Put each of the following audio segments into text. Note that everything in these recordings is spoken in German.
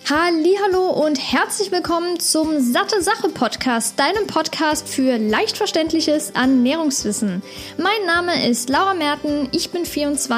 Hallihallo und herzlich willkommen zum Satte Sache Podcast, deinem Podcast für leicht verständliches Ernährungswissen. Mein Name ist Laura Merten, ich bin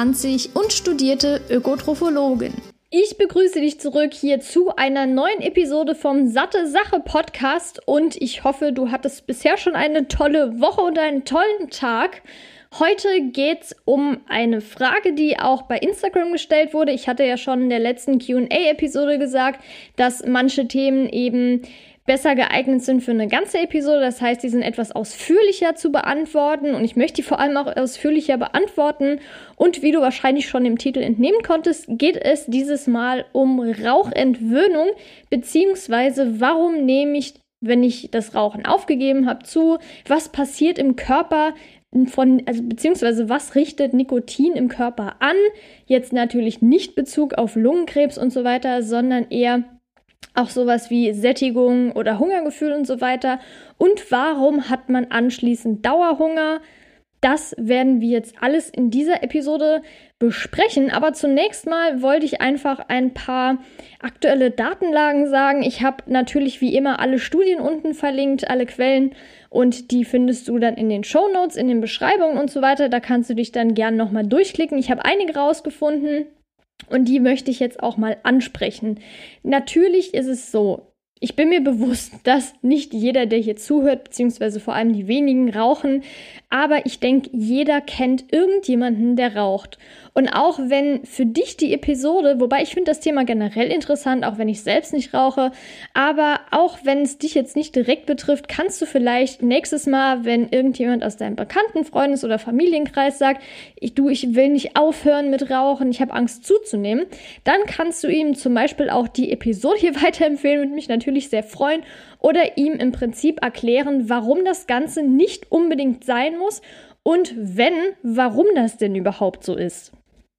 24 und studierte Ökotrophologin. Ich begrüße dich zurück hier zu einer neuen Episode vom Satte Sache Podcast und ich hoffe, du hattest bisher schon eine tolle Woche und einen tollen Tag. Heute geht's um eine Frage, die auch bei Instagram gestellt wurde. Ich hatte ja schon in der letzten Q&A-Episode gesagt, dass manche Themen eben besser geeignet sind für eine ganze Episode. Das heißt, die sind etwas ausführlicher zu beantworten und ich möchte die vor allem auch ausführlicher beantworten. Und wie du wahrscheinlich schon im Titel entnehmen konntest, geht es dieses Mal um Rauchentwöhnung, beziehungsweise warum nehme ich, wenn ich das Rauchen aufgegeben habe, zu, was passiert im Körper, beziehungsweise was richtet Nikotin im Körper an? Jetzt natürlich nicht Bezug auf Lungenkrebs und so weiter, sondern eher auch sowas wie Sättigung oder Hungergefühl und so weiter. Und warum hat man anschließend Dauerhunger? Das werden wir jetzt alles in dieser Episode besprechen. Aber zunächst mal wollte ich einfach ein paar aktuelle Datenlagen sagen. Ich habe natürlich wie immer alle Studien unten verlinkt, alle Quellen. Und die findest du dann in den Shownotes, in den Beschreibungen und so weiter. Da kannst du dich dann gerne nochmal durchklicken. Ich habe einige rausgefunden und die möchte ich jetzt auch mal ansprechen. Natürlich ist es so, ich bin mir bewusst, dass nicht jeder, der hier zuhört, beziehungsweise vor allem die wenigen rauchen, aber ich denke, jeder kennt irgendjemanden, der raucht. Und auch wenn für dich die Episode, wobei ich finde das Thema generell interessant, auch wenn ich selbst nicht rauche, aber auch wenn es dich jetzt nicht direkt betrifft, kannst du vielleicht nächstes Mal, wenn irgendjemand aus deinem Bekannten-, Freundes- oder Familienkreis sagt, ich will nicht aufhören mit Rauchen, ich habe Angst zuzunehmen, dann kannst du ihm zum Beispiel auch die Episode hier weiterempfehlen, würde mich natürlich sehr freuen, oder ihm im Prinzip erklären, warum das Ganze nicht unbedingt sein muss und wenn, warum das denn überhaupt so ist.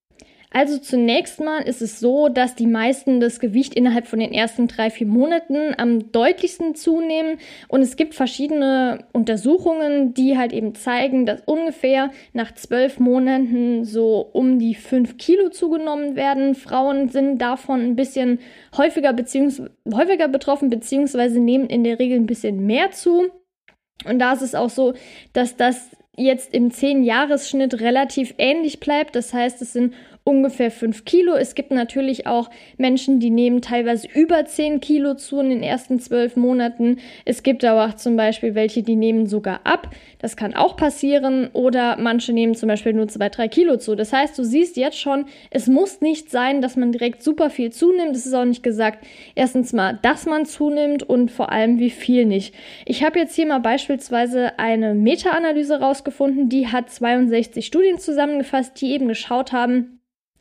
Also zunächst mal ist es so, dass die meisten das Gewicht innerhalb von den ersten 3-4 Monaten am deutlichsten zunehmen und es gibt verschiedene Untersuchungen, die halt eben zeigen, dass ungefähr nach 12 Monaten so um die 5 Kilo zugenommen werden. Frauen sind davon ein bisschen häufiger betroffen, beziehungsweise nehmen in der Regel ein bisschen mehr zu. Und da ist es auch so, dass das jetzt im 10-Jahres-Schnitt relativ ähnlich bleibt. Das heißt, es sind ungefähr 5 Kilo. Es gibt natürlich auch Menschen, die nehmen teilweise über 10 Kilo zu in den ersten 12 Monaten. Es gibt aber auch zum Beispiel welche, die nehmen sogar ab. Das kann auch passieren. Oder manche nehmen zum Beispiel nur 2-3 Kilo zu. Das heißt, du siehst jetzt schon, es muss nicht sein, dass man direkt super viel zunimmt. Es ist auch nicht gesagt, erstens mal, dass man zunimmt und vor allem, wie viel nicht. Ich habe jetzt hier mal beispielsweise eine Meta-Analyse rausgefunden, die hat 62 Studien zusammengefasst, die eben geschaut haben,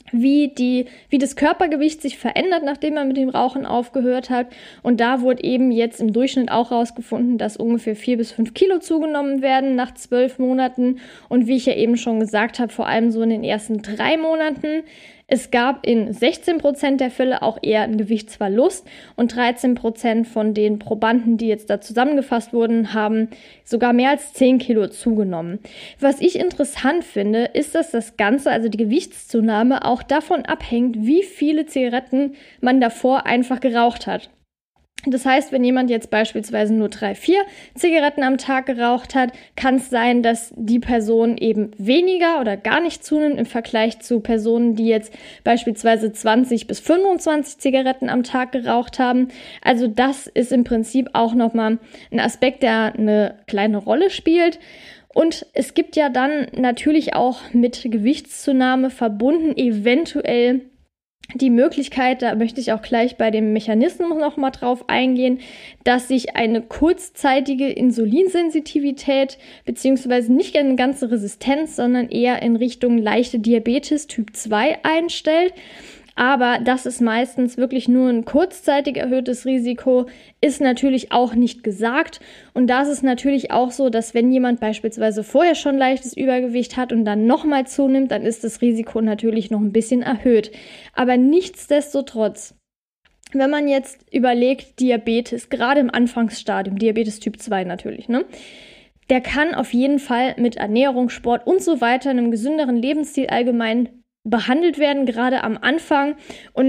wie das Körpergewicht sich verändert, nachdem man mit dem Rauchen aufgehört hat. Und da wurde eben jetzt im Durchschnitt auch rausgefunden, dass ungefähr 4 bis 5 Kilo zugenommen werden nach 12 Monaten. Und wie ich ja eben schon gesagt habe, vor allem so in den ersten 3 Monaten. Es gab in 16% der Fälle auch eher einen Gewichtsverlust und 13% von den Probanden, die jetzt da zusammengefasst wurden, haben sogar mehr als 10 Kilo zugenommen. Was ich interessant finde, ist, dass das Ganze, also die Gewichtszunahme, auch davon abhängt, wie viele Zigaretten man davor einfach geraucht hat. Das heißt, wenn jemand jetzt beispielsweise nur 3-4 Zigaretten am Tag geraucht hat, kann es sein, dass die Person eben weniger oder gar nicht zunimmt im Vergleich zu Personen, die jetzt beispielsweise 20 bis 25 Zigaretten am Tag geraucht haben. Also das ist im Prinzip auch nochmal ein Aspekt, der eine kleine Rolle spielt. Und es gibt ja dann natürlich auch mit Gewichtszunahme verbunden eventuell die Möglichkeit, da möchte ich auch gleich bei dem Mechanismus nochmal drauf eingehen, dass sich eine kurzzeitige Insulinsensitivität beziehungsweise nicht eine ganze Resistenz, sondern eher in Richtung leichte Diabetes Typ 2 einstellt. Aber das ist meistens wirklich nur ein kurzzeitig erhöhtes Risiko, ist natürlich auch nicht gesagt. Und da ist es natürlich auch so, dass wenn jemand beispielsweise vorher schon leichtes Übergewicht hat und dann nochmal zunimmt, dann ist das Risiko natürlich noch ein bisschen erhöht. Aber nichtsdestotrotz, wenn man jetzt überlegt, Diabetes, gerade im Anfangsstadium, Diabetes Typ 2 natürlich, ne? Der kann auf jeden Fall mit Ernährung, Sport und so weiter, einem gesünderen Lebensstil allgemein behandelt werden, gerade am Anfang. Und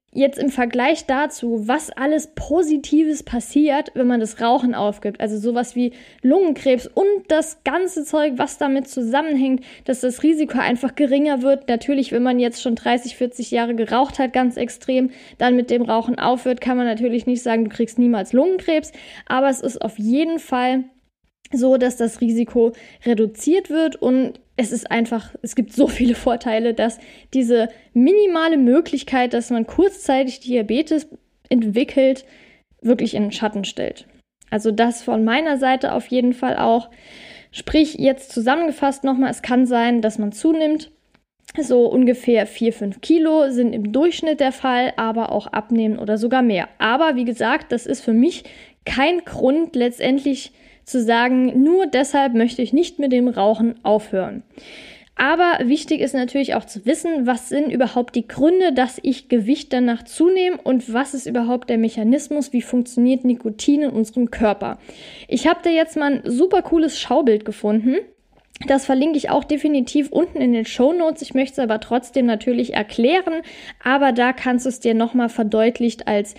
Jetzt im Vergleich dazu, was alles Positives passiert, wenn man das Rauchen aufgibt, also sowas wie Lungenkrebs und das ganze Zeug, was damit zusammenhängt, dass das Risiko einfach geringer wird. Natürlich, wenn man jetzt schon 30, 40 Jahre geraucht hat, ganz extrem, dann mit dem Rauchen aufhört, kann man natürlich nicht sagen, du kriegst niemals Lungenkrebs, aber es ist auf jeden Fall so, dass das Risiko reduziert wird und es gibt so viele Vorteile, dass diese minimale Möglichkeit, dass man kurzzeitig Diabetes entwickelt, wirklich in den Schatten stellt. Also das von meiner Seite auf jeden Fall auch. Sprich, jetzt zusammengefasst nochmal, es kann sein, dass man zunimmt. So ungefähr 4-5 Kilo sind im Durchschnitt der Fall, aber auch abnehmen oder sogar mehr. Aber wie gesagt, das ist für mich kein Grund, letztendlich zu sagen, nur deshalb möchte ich nicht mit dem Rauchen aufhören. Aber wichtig ist natürlich auch zu wissen, was sind überhaupt die Gründe, dass ich Gewicht danach zunehme und was ist überhaupt der Mechanismus, wie funktioniert Nikotin in unserem Körper. Ich habe da jetzt mal ein super cooles Schaubild gefunden. Das verlinke ich auch definitiv unten in den Shownotes. Ich möchte es aber trotzdem natürlich erklären, aber da kannst du es dir nochmal verdeutlicht als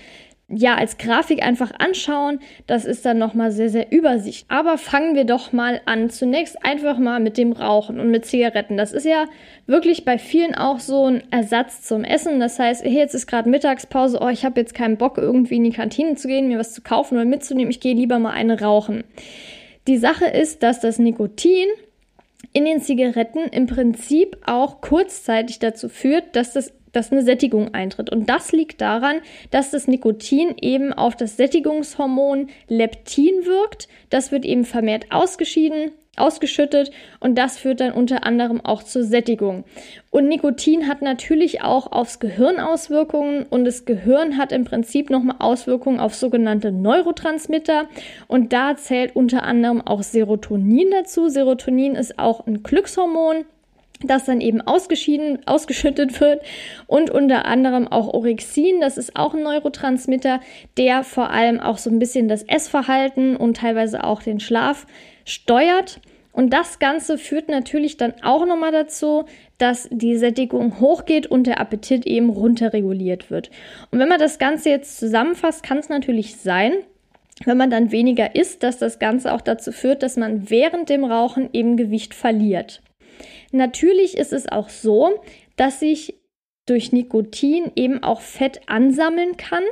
Grafik einfach anschauen. Das ist dann nochmal sehr, sehr übersichtlich. Aber fangen wir doch mal an. Zunächst einfach mal mit dem Rauchen und mit Zigaretten. Das ist ja wirklich bei vielen auch so ein Ersatz zum Essen. Das heißt, hey, jetzt ist gerade Mittagspause, ich habe jetzt keinen Bock, irgendwie in die Kantine zu gehen, mir was zu kaufen oder mitzunehmen. Ich gehe lieber mal eine rauchen. Die Sache ist, dass das Nikotin in den Zigaretten im Prinzip auch kurzzeitig dazu führt, dass eine Sättigung eintritt. Und das liegt daran, dass das Nikotin eben auf das Sättigungshormon Leptin wirkt. Das wird eben vermehrt ausgeschüttet und das führt dann unter anderem auch zur Sättigung. Und Nikotin hat natürlich auch aufs Gehirn Auswirkungen und das Gehirn hat im Prinzip nochmal Auswirkungen auf sogenannte Neurotransmitter und da zählt unter anderem auch Serotonin dazu. Serotonin ist auch ein Glückshormon, das dann eben ausgeschüttet wird und unter anderem auch Orexin, das ist auch ein Neurotransmitter, der vor allem auch so ein bisschen das Essverhalten und teilweise auch den Schlaf steuert. Und das Ganze führt natürlich dann auch nochmal dazu, dass die Sättigung hochgeht und der Appetit eben runterreguliert wird. Und wenn man das Ganze jetzt zusammenfasst, kann es natürlich sein, wenn man dann weniger isst, dass das Ganze auch dazu führt, dass man während dem Rauchen eben Gewicht verliert. Natürlich ist es auch so, dass sich durch Nikotin eben auch Fett ansammeln kann,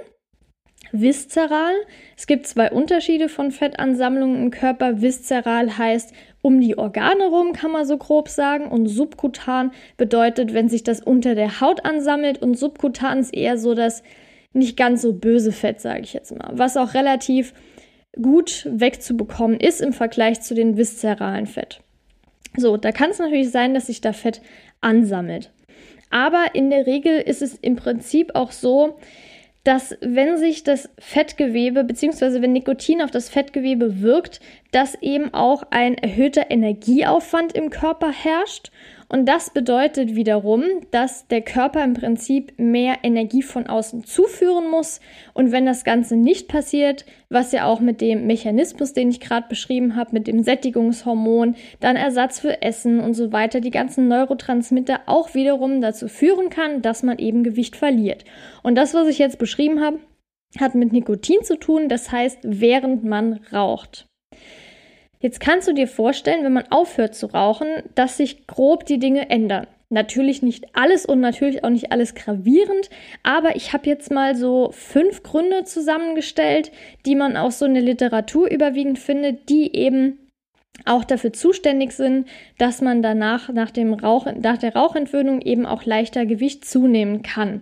viszeral. Es gibt 2 Unterschiede von Fettansammlungen im Körper. Viszeral heißt um die Organe rum, kann man so grob sagen, und subkutan bedeutet, wenn sich das unter der Haut ansammelt, und subkutan ist eher so das nicht ganz so böse Fett, sage ich jetzt mal, was auch relativ gut wegzubekommen ist im Vergleich zu den viszeralen Fett. So, da kann es natürlich sein, dass sich da Fett ansammelt. Aber in der Regel ist es im Prinzip auch so, dass wenn sich das Fettgewebe bzw. wenn Nikotin auf das Fettgewebe wirkt, dass eben auch ein erhöhter Energieaufwand im Körper herrscht. Und das bedeutet wiederum, dass der Körper im Prinzip mehr Energie von außen zuführen muss. Und wenn das Ganze nicht passiert, was ja auch mit dem Mechanismus, den ich gerade beschrieben habe, mit dem Sättigungshormon, dann Ersatz für Essen und so weiter, die ganzen Neurotransmitter auch wiederum dazu führen kann, dass man eben Gewicht verliert. Und das, was ich jetzt beschrieben habe, hat mit Nikotin zu tun, das heißt, während man raucht. Jetzt kannst du dir vorstellen, wenn man aufhört zu rauchen, dass sich grob die Dinge ändern. Natürlich nicht alles und natürlich auch nicht alles gravierend, aber ich habe jetzt mal so 5 Gründe zusammengestellt, die man auch so in der Literatur überwiegend findet, die eben auch dafür zuständig sind, dass man danach nach der Rauchentwöhnung eben auch leichter Gewicht zunehmen kann.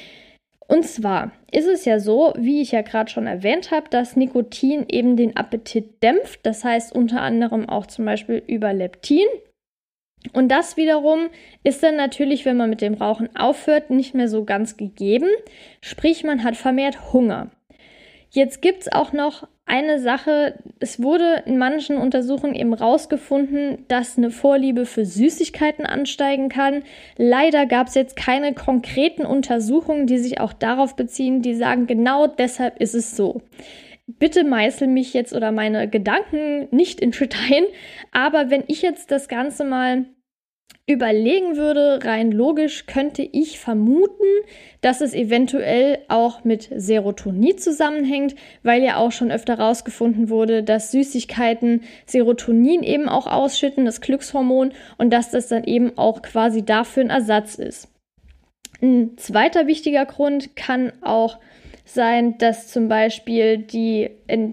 Und zwar ist es ja so, wie ich ja gerade schon erwähnt habe, dass Nikotin eben den Appetit dämpft. Das heißt unter anderem auch zum Beispiel über Leptin. Und das wiederum ist dann natürlich, wenn man mit dem Rauchen aufhört, nicht mehr so ganz gegeben. Sprich, man hat vermehrt Hunger. Jetzt gibt es auch noch eine Sache, es wurde in manchen Untersuchungen eben rausgefunden, dass eine Vorliebe für Süßigkeiten ansteigen kann. Leider gab es jetzt keine konkreten Untersuchungen, die sich auch darauf beziehen, die sagen, genau deshalb ist es so. Bitte meißel mich jetzt oder meine Gedanken nicht in Stein, aber wenn ich jetzt das Ganze mal überlegen würde, rein logisch könnte ich vermuten, dass es eventuell auch mit Serotonin zusammenhängt, weil ja auch schon öfter herausgefunden wurde, dass Süßigkeiten Serotonin eben auch ausschütten, das Glückshormon, und dass das dann eben auch quasi dafür ein Ersatz ist. Ein zweiter wichtiger Grund kann auch sein, dass zum Beispiel der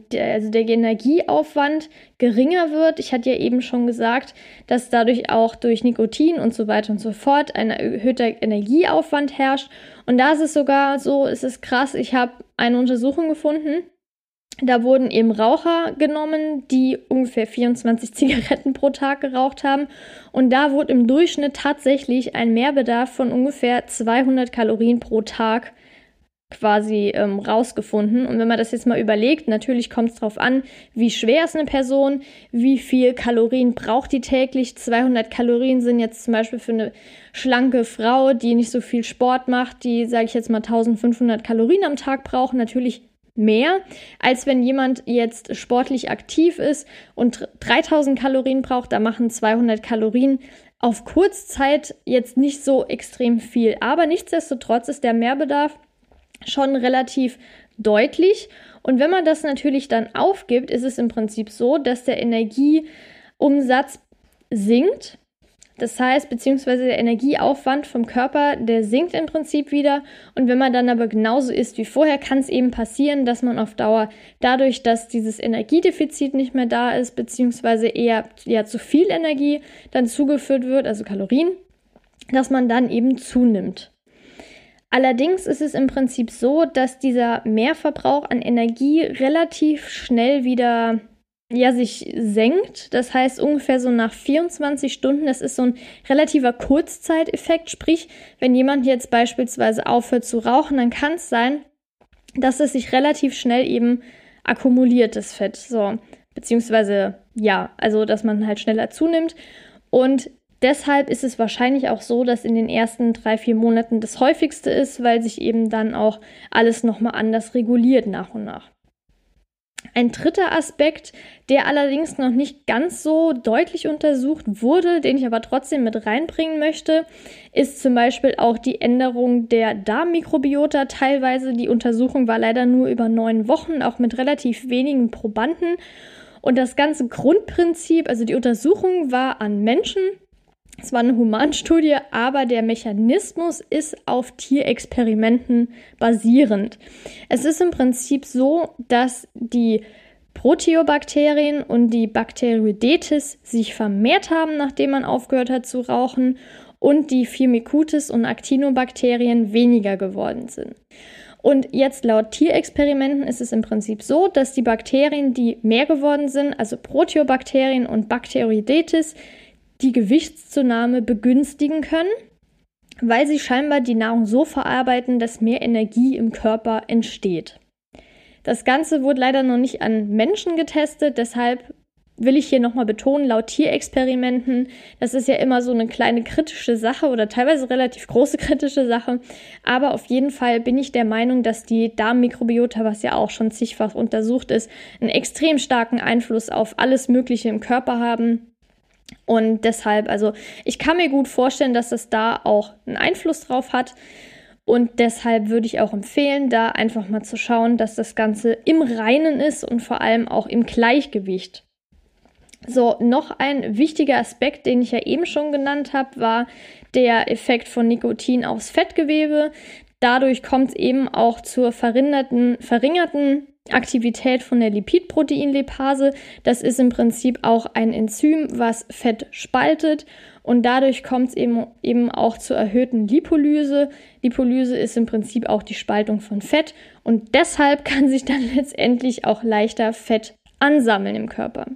Energieaufwand geringer wird. Ich hatte ja eben schon gesagt, dass dadurch auch durch Nikotin und so weiter und so fort ein erhöhter Energieaufwand herrscht. Und da ist es sogar so, es ist krass, ich habe eine Untersuchung gefunden, da wurden eben Raucher genommen, die ungefähr 24 Zigaretten pro Tag geraucht haben. Und da wurde im Durchschnitt tatsächlich ein Mehrbedarf von ungefähr 200 Kalorien pro Tag quasi rausgefunden. Und wenn man das jetzt mal überlegt, natürlich kommt es darauf an, wie schwer ist eine Person, wie viel Kalorien braucht die täglich. 200 Kalorien sind jetzt zum Beispiel für eine schlanke Frau, die nicht so viel Sport macht, die, sage ich jetzt mal, 1500 Kalorien am Tag braucht, natürlich mehr, als wenn jemand jetzt sportlich aktiv ist und 3000 Kalorien braucht. Da machen 200 Kalorien auf Kurzzeit jetzt nicht so extrem viel. Aber nichtsdestotrotz ist der Mehrbedarf schon relativ deutlich. Und wenn man das natürlich dann aufgibt, ist es im Prinzip so, dass der Energieumsatz sinkt. Das heißt, beziehungsweise der Energieaufwand vom Körper, der sinkt im Prinzip wieder. Und wenn man dann aber genauso isst wie vorher, kann es eben passieren, dass man auf Dauer dadurch, dass dieses Energiedefizit nicht mehr da ist, beziehungsweise eher zu viel Energie dann zugeführt wird, also Kalorien, dass man dann eben zunimmt. Allerdings ist es im Prinzip so, dass dieser Mehrverbrauch an Energie relativ schnell wieder sich senkt. Das heißt ungefähr so nach 24 Stunden, das ist so ein relativer Kurzzeiteffekt. Sprich, wenn jemand jetzt beispielsweise aufhört zu rauchen, dann kann es sein, dass es sich relativ schnell eben akkumuliert, das Fett. So, beziehungsweise also dass man halt schneller zunimmt. Und deshalb ist es wahrscheinlich auch so, dass in den ersten 3-4 Monaten das häufigste ist, weil sich eben dann auch alles nochmal anders reguliert nach und nach. Ein dritter Aspekt, der allerdings noch nicht ganz so deutlich untersucht wurde, den ich aber trotzdem mit reinbringen möchte, ist zum Beispiel auch die Änderung der Darmmikrobiota. Teilweise die Untersuchung war leider nur über 9 Wochen, auch mit relativ wenigen Probanden. Und das ganze Grundprinzip, also die Untersuchung war an Menschen. Es war eine Humanstudie, aber der Mechanismus ist auf Tierexperimenten basierend. Es ist im Prinzip so, dass die Proteobakterien und die Bacteroidetes sich vermehrt haben, nachdem man aufgehört hat zu rauchen, und die Firmicutes und Actinobakterien weniger geworden sind. Und jetzt laut Tierexperimenten ist es im Prinzip so, dass die Bakterien, die mehr geworden sind, also Proteobakterien und Bacteroidetes, die Gewichtszunahme begünstigen können, weil sie scheinbar die Nahrung so verarbeiten, dass mehr Energie im Körper entsteht. Das Ganze wurde leider noch nicht an Menschen getestet, deshalb will ich hier nochmal betonen, laut Tierexperimenten, das ist ja immer so eine kleine kritische Sache oder teilweise relativ große kritische Sache, aber auf jeden Fall bin ich der Meinung, dass die Darmmikrobiota, was ja auch schon zigfach untersucht ist, einen extrem starken Einfluss auf alles Mögliche im Körper haben. Und deshalb, also ich kann mir gut vorstellen, dass das da auch einen Einfluss drauf hat. Und deshalb würde ich auch empfehlen, da einfach mal zu schauen, dass das Ganze im Reinen ist und vor allem auch im Gleichgewicht. So, noch ein wichtiger Aspekt, den ich ja eben schon genannt habe, war der Effekt von Nikotin aufs Fettgewebe. Dadurch kommt es eben auch zur verringerten Aktivität von der Lipidproteinlipase. Das ist im Prinzip auch ein Enzym, was Fett spaltet, und dadurch kommt es eben auch zur erhöhten Lipolyse. Lipolyse ist im Prinzip auch die Spaltung von Fett, und deshalb kann sich dann letztendlich auch leichter Fett ansammeln im Körper.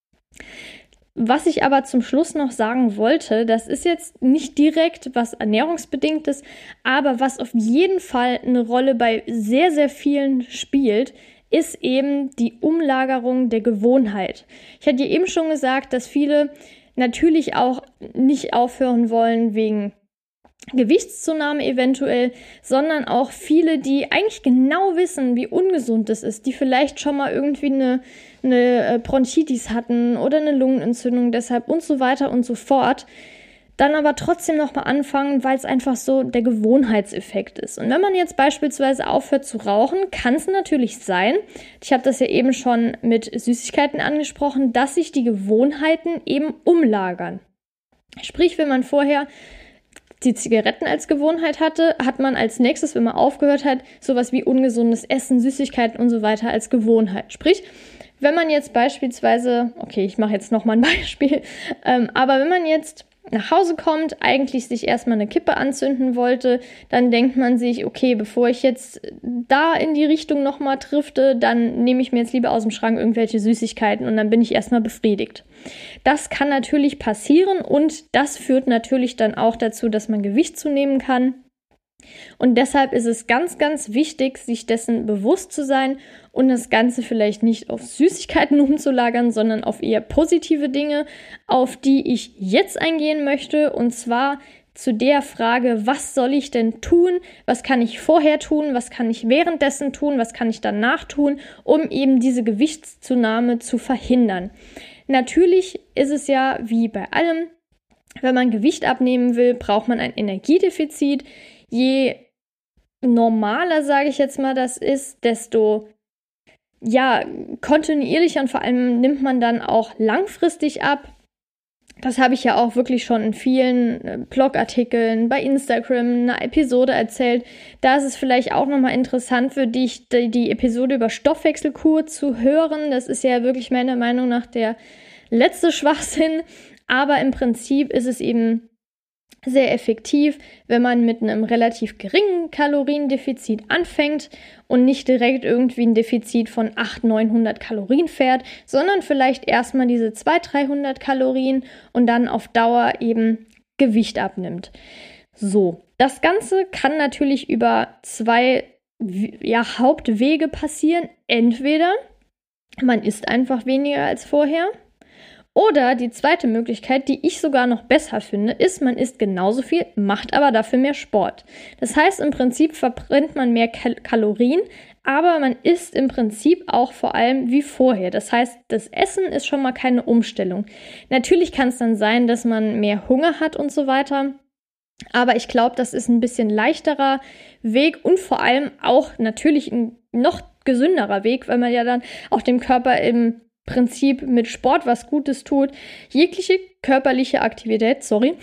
Was ich aber zum Schluss noch sagen wollte, das ist jetzt nicht direkt was Ernährungsbedingtes, aber was auf jeden Fall eine Rolle bei sehr, sehr vielen spielt, ist eben die Umlagerung der Gewohnheit. Ich hatte ja eben schon gesagt, dass viele natürlich auch nicht aufhören wollen wegen Gewichtszunahme eventuell, sondern auch viele, die eigentlich genau wissen, wie ungesund es ist, die vielleicht schon mal irgendwie eine Bronchitis hatten oder eine Lungenentzündung deshalb und so weiter und so fort. dann aber trotzdem nochmal anfangen, weil es einfach so der Gewohnheitseffekt ist. Und wenn man jetzt beispielsweise aufhört zu rauchen, kann es natürlich sein, ich habe das ja eben schon mit Süßigkeiten angesprochen, dass sich die Gewohnheiten eben umlagern. Sprich, wenn man vorher die Zigaretten als Gewohnheit hatte, hat man als nächstes, wenn man aufgehört hat, sowas wie ungesundes Essen, Süßigkeiten und so weiter als Gewohnheit. Sprich, wenn man jetzt beispielsweise, okay, ich mache jetzt nochmal ein Beispiel, aber wenn man jetzt nach Hause kommt, eigentlich sich erstmal eine Kippe anzünden wollte, dann denkt man sich, okay, bevor ich jetzt da in die Richtung nochmal drifte, dann nehme ich mir jetzt lieber aus dem Schrank irgendwelche Süßigkeiten und dann bin ich erstmal befriedigt. Das kann natürlich passieren und das führt natürlich dann auch dazu, dass man Gewicht zunehmen kann. Und deshalb ist es ganz, ganz wichtig, sich dessen bewusst zu sein und das Ganze vielleicht nicht auf Süßigkeiten umzulagern, sondern auf eher positive Dinge, auf die ich jetzt eingehen möchte. Und zwar zu der Frage, was soll ich denn tun? Was kann ich vorher tun? Was kann ich währenddessen tun? Was kann ich danach tun, um eben diese Gewichtszunahme zu verhindern? Natürlich ist es ja wie bei allem, wenn man Gewicht abnehmen will, braucht man ein Energiedefizit. Je normaler, sage ich jetzt mal, das ist, desto kontinuierlicher und vor allem nimmt man dann auch langfristig ab. Das habe ich ja auch wirklich schon in vielen Blogartikeln, bei Instagram, einer Episode erzählt. Da ist es vielleicht auch nochmal interessant für dich, die Episode über Stoffwechselkur zu hören. Das ist ja wirklich meiner Meinung nach der letzte Schwachsinn. Aber im Prinzip ist es eben sehr effektiv, wenn man mit einem relativ geringen Kaloriendefizit anfängt und nicht direkt irgendwie ein Defizit von 800-900 Kalorien fährt, sondern vielleicht erstmal diese 200-300 Kalorien und dann auf Dauer eben Gewicht abnimmt. So, das Ganze kann natürlich über zwei Hauptwege passieren. Entweder man isst einfach weniger als vorher. Oder die zweite Möglichkeit, die ich sogar noch besser finde, ist, man isst genauso viel, macht aber dafür mehr Sport. Das heißt, im Prinzip verbrennt man mehr Kalorien, aber man isst im Prinzip auch vor allem wie vorher. Das heißt, das Essen ist schon mal keine Umstellung. Natürlich kann es dann sein, dass man mehr Hunger hat und so weiter. Aber ich glaube, das ist ein bisschen leichterer Weg und vor allem auch natürlich ein noch gesünderer Weg, weil man ja dann auch dem Körper im Prinzip mit Sport was Gutes tut. Jegliche körperliche Aktivität,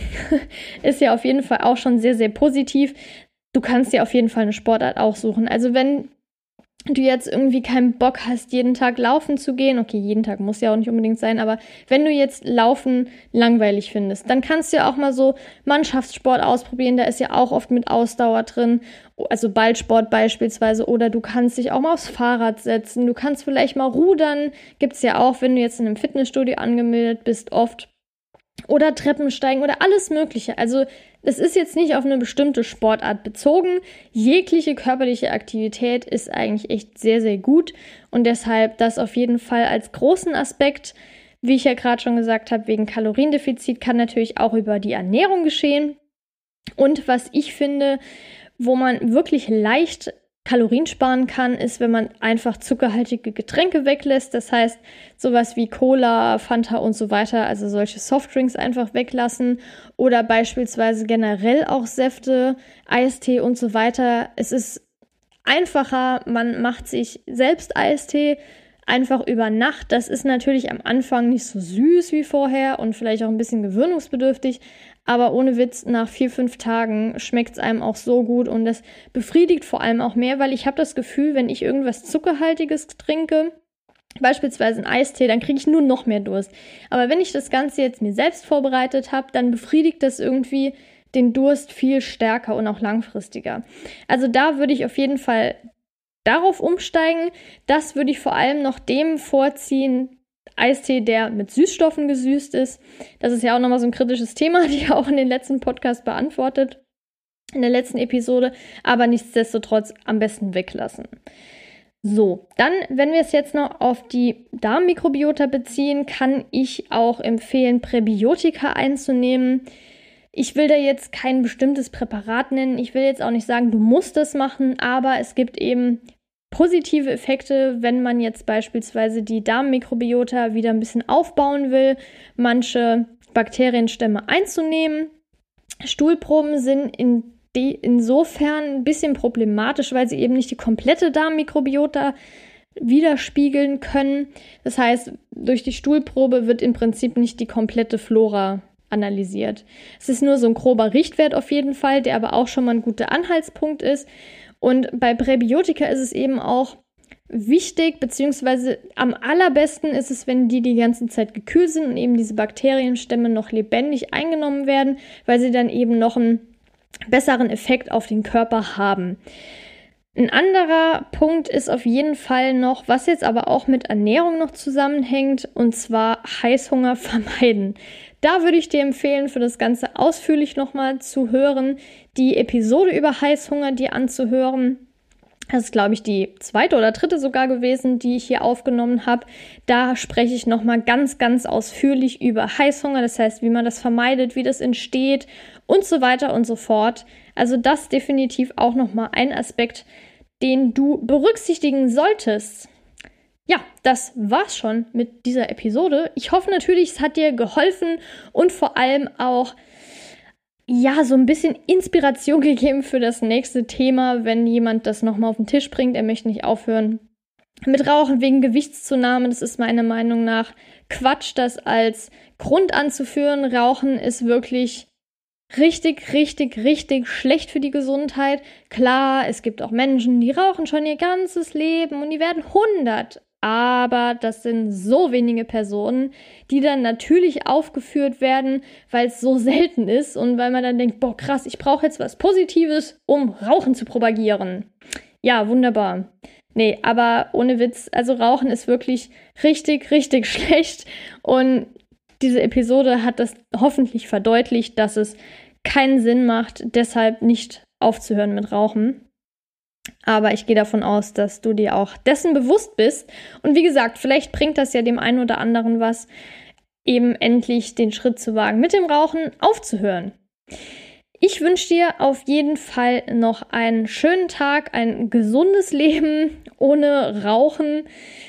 ist ja auf jeden Fall auch schon sehr, sehr positiv. Du kannst dir auf jeden Fall eine Sportart aussuchen. Also wenn du jetzt irgendwie keinen Bock hast, jeden Tag laufen zu gehen, okay, jeden Tag muss ja auch nicht unbedingt sein, aber wenn du jetzt Laufen langweilig findest, dann kannst du ja auch mal so Mannschaftssport ausprobieren, da ist ja auch oft mit Ausdauer drin, also Ballsport beispielsweise, oder du kannst dich auch mal aufs Fahrrad setzen, du kannst vielleicht mal rudern, gibt's ja auch, wenn du jetzt in einem Fitnessstudio angemeldet bist, oft, oder Treppensteigen oder alles Mögliche. Also es ist jetzt nicht auf eine bestimmte Sportart bezogen. Jegliche körperliche Aktivität ist eigentlich echt sehr, sehr gut und deshalb das auf jeden Fall als großen Aspekt. Wie ich ja gerade schon gesagt habe, wegen Kaloriendefizit kann natürlich auch über die Ernährung geschehen. Und was ich finde, wo man wirklich leicht Kalorien sparen kann, ist, wenn man einfach zuckerhaltige Getränke weglässt. Das heißt, sowas wie Cola, Fanta und so weiter, also solche Softdrinks einfach weglassen oder beispielsweise generell auch Säfte, Eistee und so weiter. Es ist einfacher, man macht sich selbst Eistee einfach über Nacht. Das ist natürlich am Anfang nicht so süß wie vorher und vielleicht auch ein bisschen gewöhnungsbedürftig, aber ohne Witz, nach 4-5 Tagen schmeckt es einem auch so gut und das befriedigt vor allem auch mehr, weil ich habe das Gefühl, wenn ich irgendwas Zuckerhaltiges trinke, beispielsweise einen Eistee, dann kriege ich nur noch mehr Durst. Aber wenn ich das Ganze jetzt mir selbst vorbereitet habe, dann befriedigt das irgendwie den Durst viel stärker und auch langfristiger. Also da würde ich auf jeden Fall darauf umsteigen. Das würde ich vor allem noch dem vorziehen, Eistee, der mit Süßstoffen gesüßt ist. Das ist ja auch nochmal so ein kritisches Thema, die ich auch in den letzten Podcast beantwortet, in der letzten Episode, aber nichtsdestotrotz am besten weglassen. So, dann, wenn wir es jetzt noch auf die Darmmikrobiota beziehen, kann ich auch empfehlen, Präbiotika einzunehmen. Ich will da jetzt kein bestimmtes Präparat nennen. Ich will jetzt auch nicht sagen, du musst das machen, aber es gibt eben positive Effekte, wenn man jetzt beispielsweise die Darmmikrobiota wieder ein bisschen aufbauen will, manche Bakterienstämme einzunehmen. Stuhlproben sind insofern ein bisschen problematisch, weil sie eben nicht die komplette Darmmikrobiota widerspiegeln können. Das heißt, durch die Stuhlprobe wird im Prinzip nicht die komplette Flora analysiert. Es ist nur so ein grober Richtwert auf jeden Fall, der aber auch schon mal ein guter Anhaltspunkt ist. Und bei Präbiotika ist es eben auch wichtig, beziehungsweise am allerbesten ist es, wenn die ganze Zeit gekühlt sind und eben diese Bakterienstämme noch lebendig eingenommen werden, weil sie dann eben noch einen besseren Effekt auf den Körper haben. Ein anderer Punkt ist auf jeden Fall noch, was jetzt aber auch mit Ernährung noch zusammenhängt, und zwar Heißhunger vermeiden. Da würde ich dir empfehlen, für das Ganze ausführlich nochmal zu hören, die Episode über Heißhunger dir anzuhören. Das ist, glaube ich, die 2. oder 3. sogar gewesen, die ich hier aufgenommen habe. Da spreche ich nochmal ganz, ganz ausführlich über Heißhunger, das heißt, wie man das vermeidet, wie das entsteht und so weiter und so fort. Also das definitiv auch nochmal ein Aspekt, den du berücksichtigen solltest. Ja, das war's schon mit dieser Episode. Ich hoffe natürlich, es hat dir geholfen und vor allem auch so ein bisschen Inspiration gegeben für das nächste Thema, wenn jemand das nochmal auf den Tisch bringt. Er möchte nicht aufhören mit Rauchen wegen Gewichtszunahme. Das ist meiner Meinung nach Quatsch, das als Grund anzuführen. Rauchen ist wirklich richtig, richtig, richtig schlecht für die Gesundheit. Klar, es gibt auch Menschen, die rauchen schon ihr ganzes Leben und die werden 100. Aber das sind so wenige Personen, die dann natürlich aufgeführt werden, weil es so selten ist und weil man dann denkt, boah krass, ich brauche jetzt was Positives, um Rauchen zu propagieren. Ja, wunderbar. Nee, aber ohne Witz, also Rauchen ist wirklich richtig, richtig schlecht und diese Episode hat das hoffentlich verdeutlicht, dass es keinen Sinn macht, deshalb nicht aufzuhören mit Rauchen. Aber ich gehe davon aus, dass du dir auch dessen bewusst bist. Und wie gesagt, vielleicht bringt das ja dem einen oder anderen was, eben endlich den Schritt zu wagen, mit dem Rauchen aufzuhören. Ich wünsche dir auf jeden Fall noch einen schönen Tag, ein gesundes Leben ohne Rauchen.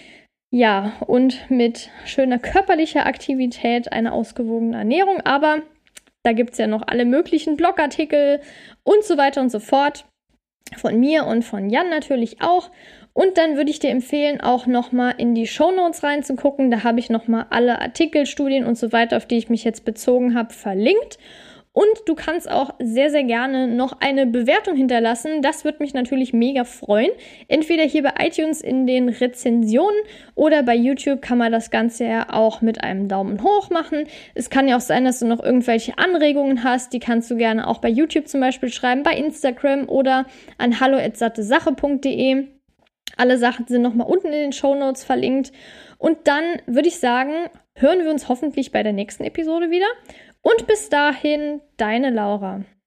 Ja, und mit schöner körperlicher Aktivität, eine ausgewogene Ernährung. Aber da gibt es ja noch alle möglichen Blogartikel und so weiter und so fort. Von mir und von Jan natürlich auch. Und dann würde ich dir empfehlen, auch nochmal in die Shownotes reinzugucken. Da habe ich nochmal alle Artikel, Studien und so weiter, auf die ich mich jetzt bezogen habe, verlinkt. Und du kannst auch sehr, sehr gerne noch eine Bewertung hinterlassen. Das würde mich natürlich mega freuen. Entweder hier bei iTunes in den Rezensionen oder bei YouTube kann man das Ganze ja auch mit einem Daumen hoch machen. Es kann ja auch sein, dass du noch irgendwelche Anregungen hast. Die kannst du gerne auch bei YouTube zum Beispiel schreiben, bei Instagram oder an hallo@sattesache.de. Alle Sachen sind nochmal unten in den Shownotes verlinkt. Und dann würde ich sagen, hören wir uns hoffentlich bei der nächsten Episode wieder. Und bis dahin, deine Laura.